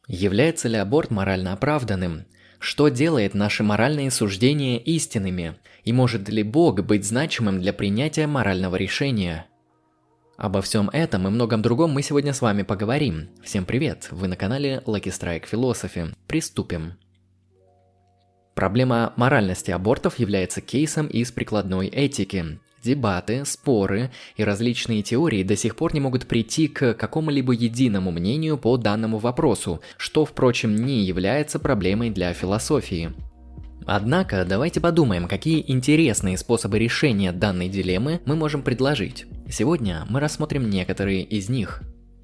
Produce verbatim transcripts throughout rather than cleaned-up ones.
Является ли аборт морально оправданным? Что делает наши моральные суждения истинными? И может ли Бог быть значимым для принятия морального решения? Обо всем этом и многом другом мы сегодня с вами поговорим. Всем привет, вы на канале Lucky Strike Philosophy. Приступим. Проблема моральности абортов является кейсом из прикладной этики. Дебаты, споры и различные теории до сих пор не могут прийти к какому-либо единому мнению по данному вопросу, что, впрочем, не является проблемой для философии. Однако, давайте подумаем, какие интересные способы решения данной дилеммы мы можем предложить. Сегодня мы рассмотрим некоторые из них.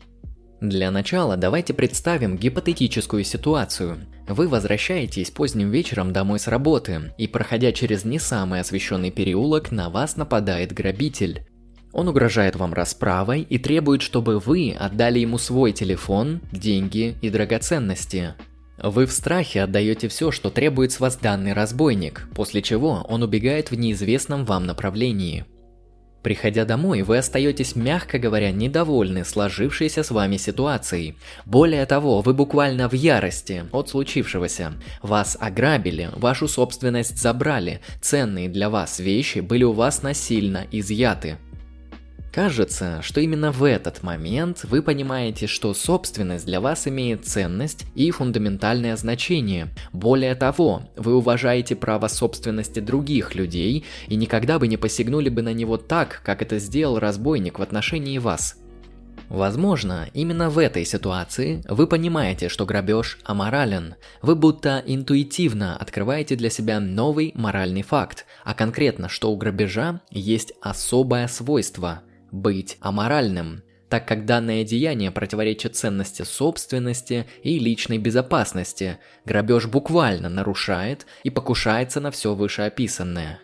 Для начала давайте представим гипотетическую ситуацию. Вы возвращаетесь поздним вечером домой с работы, и проходя через не самый освещенный переулок, на вас нападает грабитель. Он угрожает вам расправой и требует, чтобы вы отдали ему свой телефон, деньги и драгоценности. Вы в страхе отдаете все, что требует с вас данный разбойник, после чего он убегает в неизвестном вам направлении. Приходя домой, вы остаетесь, мягко говоря, недовольны сложившейся с вами ситуацией. Более того, вы буквально в ярости от случившегося. Вас ограбили, вашу собственность забрали, ценные для вас вещи были у вас насильно изъяты. Кажется, что именно в этот момент вы понимаете, что собственность для вас имеет ценность и фундаментальное значение. Более того, вы уважаете право собственности других людей и никогда бы не посягнули бы на него так, как это сделал разбойник в отношении вас. Возможно, именно в этой ситуации вы понимаете, что грабеж аморален. Вы будто интуитивно открываете для себя новый моральный факт, а конкретно, что у грабежа есть особое свойство – быть аморальным, так как данное деяние противоречит ценности собственности и личной безопасности. Грабеж буквально нарушает и покушается на все вышеописанное.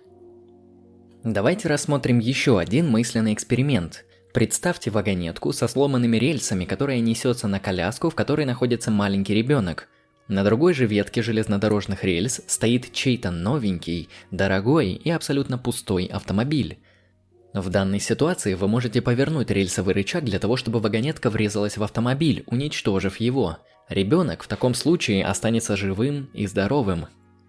Давайте рассмотрим еще один мысленный эксперимент. Представьте вагонетку со сломанными рельсами, которая несется на коляску, в которой находится маленький ребенок. На другой же ветке железнодорожных рельс стоит чей-то новенький, дорогой и абсолютно пустой автомобиль. В данной ситуации вы можете повернуть рельсовый рычаг для того, чтобы вагонетка врезалась в автомобиль, уничтожив его. Ребенок в таком случае останется живым и здоровым.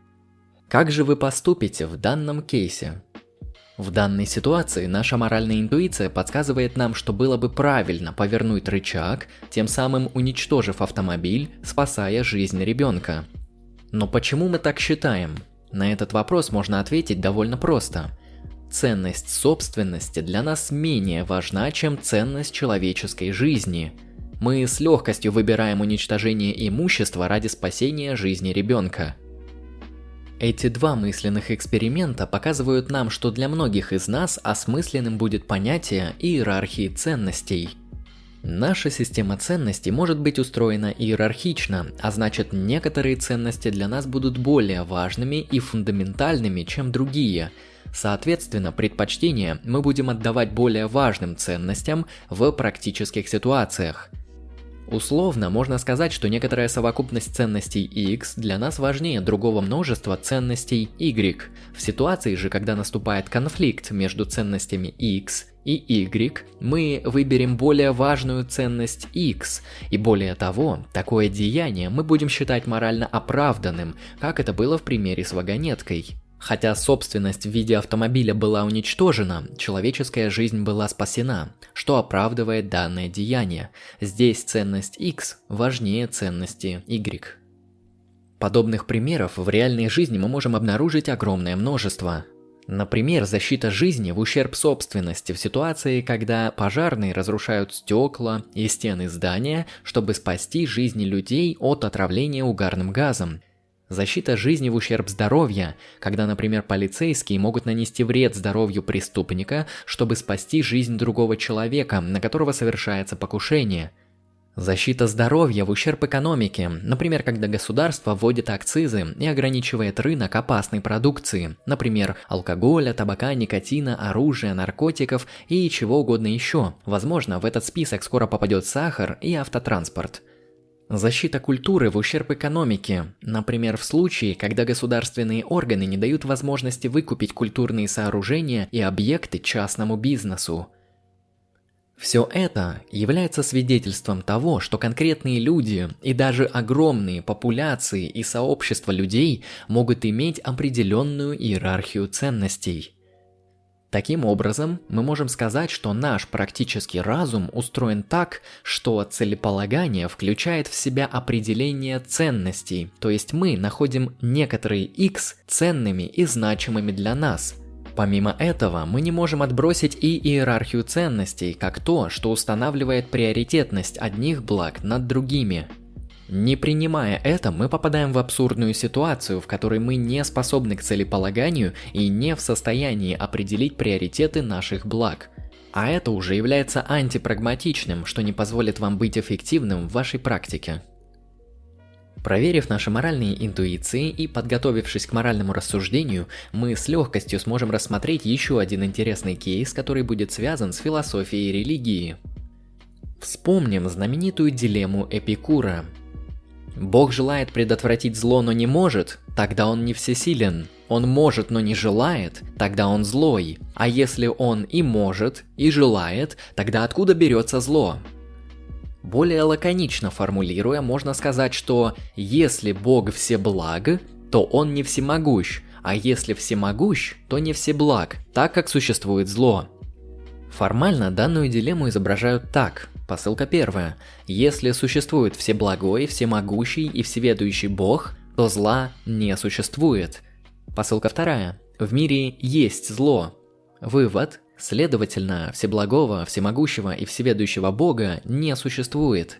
Как же вы поступите в данном кейсе? В данной ситуации наша моральная интуиция подсказывает нам, что было бы правильно повернуть рычаг, тем самым уничтожив автомобиль, спасая жизнь ребенка. Но почему мы так считаем? На этот вопрос можно ответить довольно просто. Ценность собственности для нас менее важна, чем ценность человеческой жизни. Мы с легкостью выбираем уничтожение имущества ради спасения жизни ребенка. Эти два мысленных эксперимента показывают нам, что для многих из нас осмысленным будет понятие иерархии ценностей. Наша система ценностей может быть устроена иерархично, а значит, некоторые ценности для нас будут более важными и фундаментальными, чем другие. Соответственно, предпочтение мы будем отдавать более важным ценностям в практических ситуациях. Условно можно сказать, что некоторая совокупность ценностей X для нас важнее другого множества ценностей Y. В ситуации же, когда наступает конфликт между ценностями X и Y, мы выберем более важную ценность X. И более того, такое деяние мы будем считать морально оправданным, как это было в примере с вагонеткой. Хотя собственность в виде автомобиля была уничтожена, человеческая жизнь была спасена, что оправдывает данное деяние. Здесь ценность X важнее ценности Y. Подобных примеров в реальной жизни мы можем обнаружить огромное множество. Например, защита жизни в ущерб собственности в ситуации, когда пожарные разрушают стекла и стены здания, чтобы спасти жизни людей от отравления угарным газом. Защита жизни в ущерб здоровья, когда, например, полицейские могут нанести вред здоровью преступника, чтобы спасти жизнь другого человека, на которого совершается покушение. Защита здоровья в ущерб экономике, например, когда государство вводит акцизы и ограничивает рынок опасной продукции, например, алкоголя, табака, никотина, оружия, наркотиков и чего угодно еще. Возможно, в этот список скоро попадет сахар и автотранспорт. Защита культуры в ущерб экономике, например, в случае, когда государственные органы не дают возможности выкупить культурные сооружения и объекты частному бизнесу. Все это является свидетельством того, что конкретные люди и даже огромные популяции и сообщества людей могут иметь определенную иерархию ценностей. Таким образом, мы можем сказать, что наш практический разум устроен так, что целеполагание включает в себя определение ценностей, то есть мы находим некоторые X ценными и значимыми для нас. Помимо этого, мы не можем отбросить и иерархию ценностей, как то, что устанавливает приоритетность одних благ над другими. Не принимая это, мы попадаем в абсурдную ситуацию, в которой мы не способны к целеполаганию и не в состоянии определить приоритеты наших благ. А это уже является антипрагматичным, что не позволит вам быть эффективным в вашей практике. Проверив наши моральные интуиции и подготовившись к моральному рассуждению, мы с легкостью сможем рассмотреть еще один интересный кейс, который будет связан с философией религии. Вспомним знаменитую дилемму Эпикура. Бог желает предотвратить зло, но не может, тогда он не всесилен. Он может, но не желает, тогда он злой. А если он и может, и желает, тогда откуда берется зло? Более лаконично формулируя, можно сказать, что если Бог всеблаг, то он не всемогущ, а если всемогущ, то не всеблаг, так как существует зло. Формально данную дилемму изображают так. Посылка первая. Если существует всеблагой, всемогущий и всеведущий Бог, то зла не существует. Посылка вторая. В мире есть зло. Вывод. Следовательно, всеблагого, всемогущего и всеведущего Бога не существует.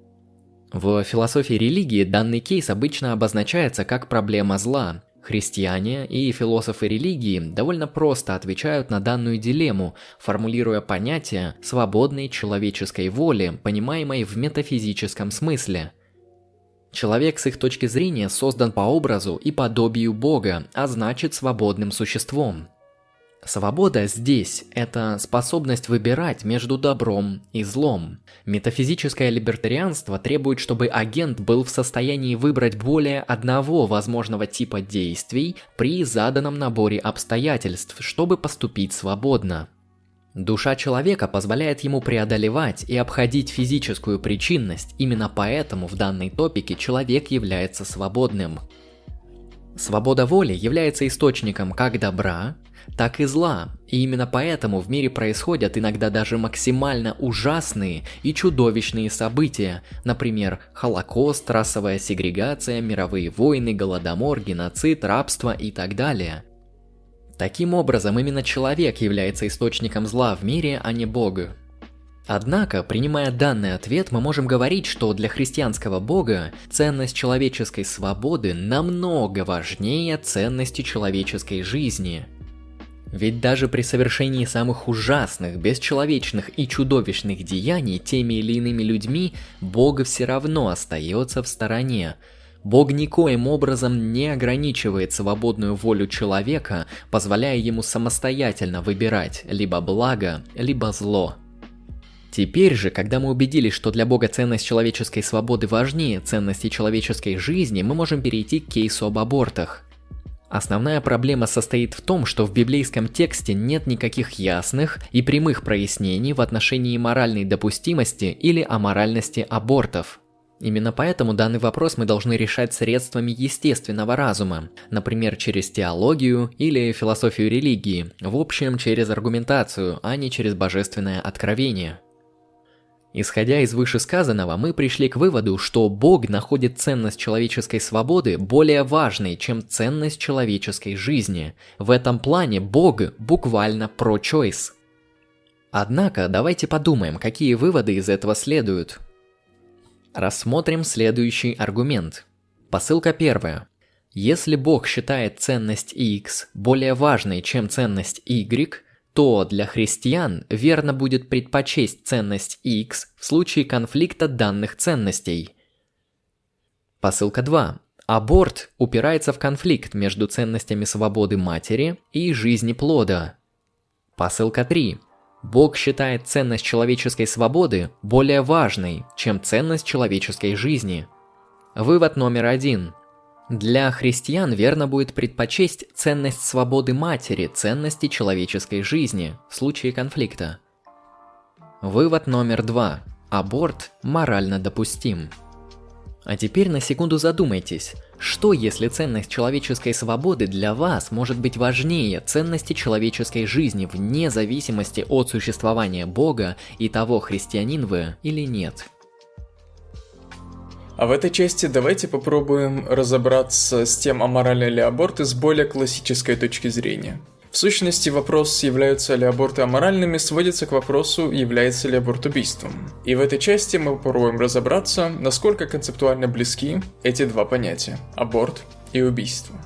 В философии религии данный кейс обычно обозначается как проблема зла. Христиане и философы религии довольно просто отвечают на данную дилемму, формулируя понятие свободной человеческой воли, понимаемой в метафизическом смысле. Человек с их точки зрения создан по образу и подобию Бога, а значит свободным существом. Свобода здесь – это способность выбирать между добром и злом. Метафизическое либертарианство требует, чтобы агент был в состоянии выбрать более одного возможного типа действий при заданном наборе обстоятельств, чтобы поступить свободно. Душа человека позволяет ему преодолевать и обходить физическую причинность, именно поэтому в данной топике человек является свободным. Свобода воли является источником как добра, так и зла, и именно поэтому в мире происходят иногда даже максимально ужасные и чудовищные события, например, Холокост, расовая сегрегация, мировые войны, голодомор, геноцид, рабство и так далее. Таким образом, именно человек является источником зла в мире, а не Бог. Однако, принимая данный ответ, мы можем говорить, что для христианского Бога ценность человеческой свободы намного важнее ценности человеческой жизни. Ведь даже при совершении самых ужасных, бесчеловечных и чудовищных деяний теми или иными людьми, Бог все равно остается в стороне. Бог никоим образом не ограничивает свободную волю человека, позволяя ему самостоятельно выбирать либо благо, либо зло. Теперь же, когда мы убедились, что для Бога ценность человеческой свободы важнее ценности человеческой жизни, мы можем перейти к кейсу об абортах. Основная проблема состоит в том, что в библейском тексте нет никаких ясных и прямых прояснений в отношении моральной допустимости или аморальности абортов. Именно поэтому данный вопрос мы должны решать средствами естественного разума, например, через теологию или философию религии, в общем, через аргументацию, а не через божественное откровение. Исходя из вышесказанного, мы пришли к выводу, что Бог находит ценность человеческой свободы более важной, чем ценность человеческой жизни. В этом плане Бог буквально pro-choice. Однако, давайте подумаем, какие выводы из этого следуют. Рассмотрим следующий аргумент. Посылка первая. Если Бог считает ценность X более важной, чем ценность Y, то для христиан верно будет предпочесть ценность X в случае конфликта данных ценностей. Посылка два. Аборт упирается в конфликт между ценностями свободы матери и жизни плода. Посылка три. Бог считает ценность человеческой свободы более важной, чем ценность человеческой жизни. Вывод номер один. Для христиан верно будет предпочесть ценность свободы матери ценности человеческой жизни в случае конфликта. Вывод номер два. Аборт морально допустим. А теперь на секунду задумайтесь, что если ценность человеческой свободы для вас может быть важнее ценности человеческой жизни вне зависимости от существования Бога и того, христианин вы или нет? А в этой части давайте попробуем разобраться с тем, аморальный ли аборт с более классической точки зрения. В сущности, вопрос, являются ли аборты аморальными, сводится к вопросу, является ли аборт убийством. И в этой части мы попробуем разобраться, насколько концептуально близки эти два понятия – аборт и убийство.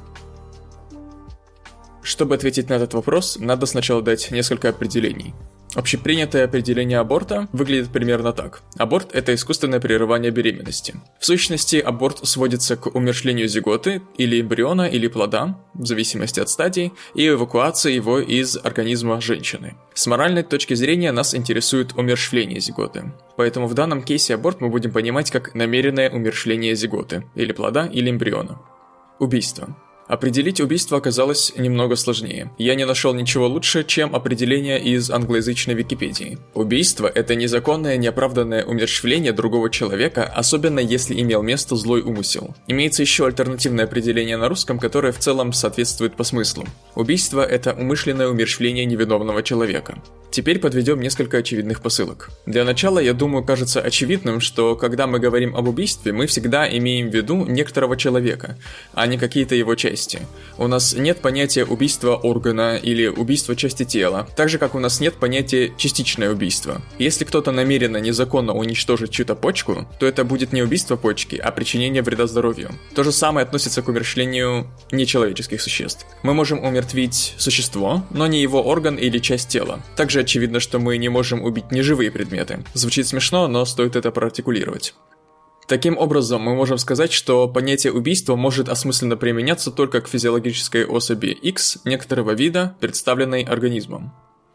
Чтобы ответить на этот вопрос, надо сначала дать несколько определений. Общепринятое определение аборта выглядит примерно так. Аборт – это искусственное прерывание беременности. В сущности, аборт сводится к умерщвлению зиготы, или эмбриона, или плода, в зависимости от стадий, и эвакуации его из организма женщины. С моральной точки зрения нас интересует умерщвление зиготы. Поэтому в данном кейсе аборт мы будем понимать как намеренное умерщвление зиготы, или плода, или эмбриона. Убийство. Определить убийство оказалось немного сложнее. Я не нашел ничего лучше, чем определение из англоязычной Википедии. Убийство – это незаконное, неоправданное умерщвление другого человека, особенно если имел место злой умысел. Имеется еще альтернативное определение на русском, которое в целом соответствует по смыслу. Убийство – это умышленное умерщвление невиновного человека. Теперь подведем несколько очевидных посылок. Для начала, я думаю, кажется очевидным, что когда мы говорим об убийстве, мы всегда имеем в виду некоторого человека, а не какие-то его части. У нас нет понятия убийства органа или убийства части тела, так же как у нас нет понятия частичное убийство. Если кто-то намеренно незаконно уничтожит чью-то почку, то это будет не убийство почки, а причинение вреда здоровью. То же самое относится к умерщвлению нечеловеческих существ. Мы можем умертвить существо, но не его орган или часть тела. Также очевидно, что мы не можем убить неживые предметы. Звучит смешно, но стоит это проартикулировать. Таким образом, мы можем сказать, что понятие убийства может осмысленно применяться только к физиологической особи X некоторого вида, представленной организмом.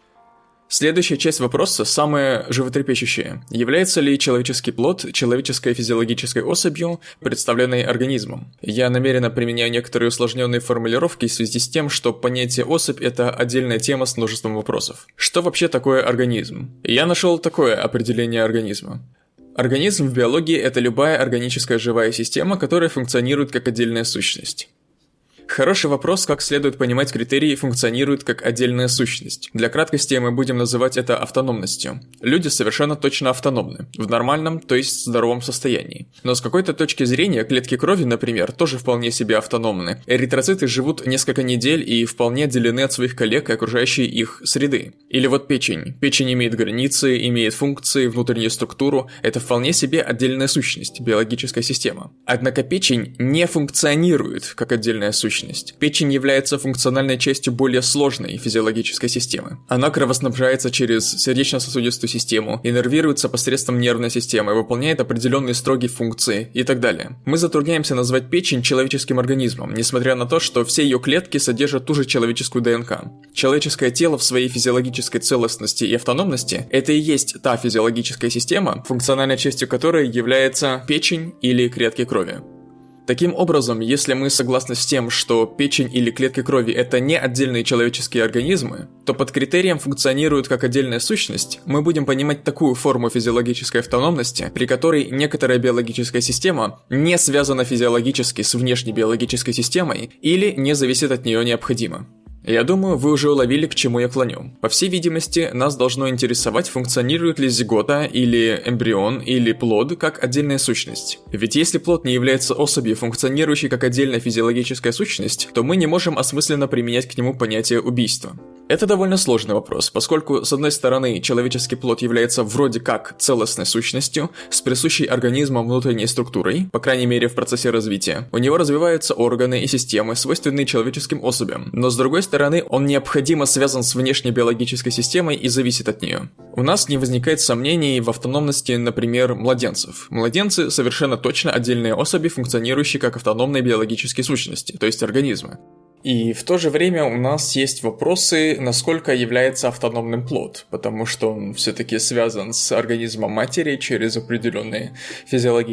Следующая часть вопроса самая животрепещущая. Является ли человеческий плод человеческой физиологической особью, представленной организмом? Я намеренно применяю некоторые усложненные формулировки в связи с тем, что понятие особь – это отдельная тема с множеством вопросов. Что вообще такое организм? Я нашел такое определение организма. Организм в биологии – это любая органическая живая система, которая функционирует как отдельная сущность. Хороший вопрос, как следует понимать критерии «функционирует как отдельная сущность». Для краткости мы будем называть это автономностью. Люди совершенно точно автономны, в нормальном, то есть здоровом состоянии. Но с какой-то точки зрения клетки крови, например, тоже вполне себе автономны. Эритроциты живут несколько недель и вполне отделены от своих коллег и окружающей их среды. Или вот печень. Печень имеет границы, имеет функции, внутреннюю структуру. Это вполне себе отдельная сущность, биологическая система. Однако печень не функционирует как отдельная сущность. Печень является функциональной частью более сложной физиологической системы. Она кровоснабжается через сердечно-сосудистую систему, иннервируется посредством нервной системы, выполняет определенные строгие функции и так далее. Мы затрудняемся назвать печень человеческим организмом, несмотря на то, что все ее клетки содержат ту же человеческую ДНК. Человеческое тело в своей физиологической целостности и автономности – это и есть та физиологическая система, функциональной частью которой является печень или клетки крови. Таким образом, если мы согласны с тем, что печень или клетки крови – это не отдельные человеческие организмы, то под критерием функционируют как отдельная сущность, мы будем понимать такую форму физиологической автономности, при которой некоторая биологическая система не связана физиологически с внешней биологической системой или не зависит от нее необходимо. Я думаю, вы уже уловили, к чему я клоню. По всей видимости, нас должно интересовать, функционирует ли зигота, или эмбрион, или плод как отдельная сущность. Ведь если плод не является особью, функционирующей как отдельная физиологическая сущность, то мы не можем осмысленно применять к нему понятие убийства. Это довольно сложный вопрос, поскольку, с одной стороны, человеческий плод является вроде как целостной сущностью, с присущей организмом внутренней структурой, по крайней мере в процессе развития. У него развиваются органы и системы, свойственные человеческим особям, но с другой стороны, он необходимо связан с внешней биологической системой и зависит от нее. У нас не возникает сомнений в автономности, например, младенцев. Младенцы совершенно точно отдельные особи, функционирующие как автономные биологические сущности, то есть организмы. И в то же время у нас есть вопросы, насколько является автономным плод, потому что он все-таки связан с организмом матери через определенные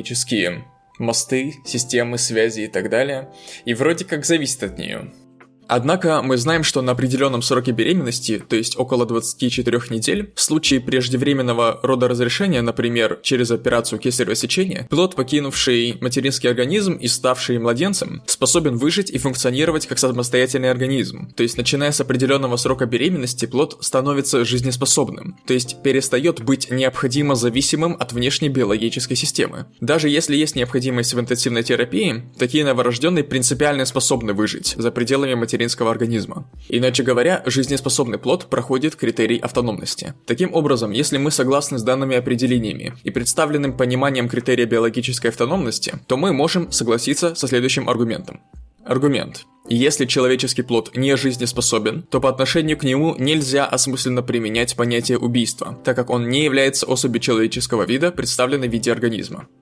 физиологические мосты, системы связи и так далее, и вроде как зависит от нее. Однако мы знаем, что на определенном сроке беременности, то есть около двадцати четырёх недель, в случае преждевременного родоразрешения, например, через операцию кесарево сечения, плод, покинувший материнский организм и ставший младенцем, способен выжить и функционировать как самостоятельный организм. То есть, начиная с определенного срока беременности, плод становится жизнеспособным, то есть перестает быть необходимо зависимым от внешней биологической системы. Даже если есть необходимость в интенсивной терапии, такие новорожденные принципиально способны выжить за пределами материнского организма. Иначе говоря, жизнеспособный плод проходит критерий автономности. Таким образом, если мы согласны с данными определениями и представленным пониманием критерия биологической автономности, то мы можем согласиться со следующим аргументом. Аргумент. Если человеческий плод не жизнеспособен, то по отношению к нему нельзя осмысленно применять понятие убийства, так как он не является особью человеческого вида, представленной в виде организма.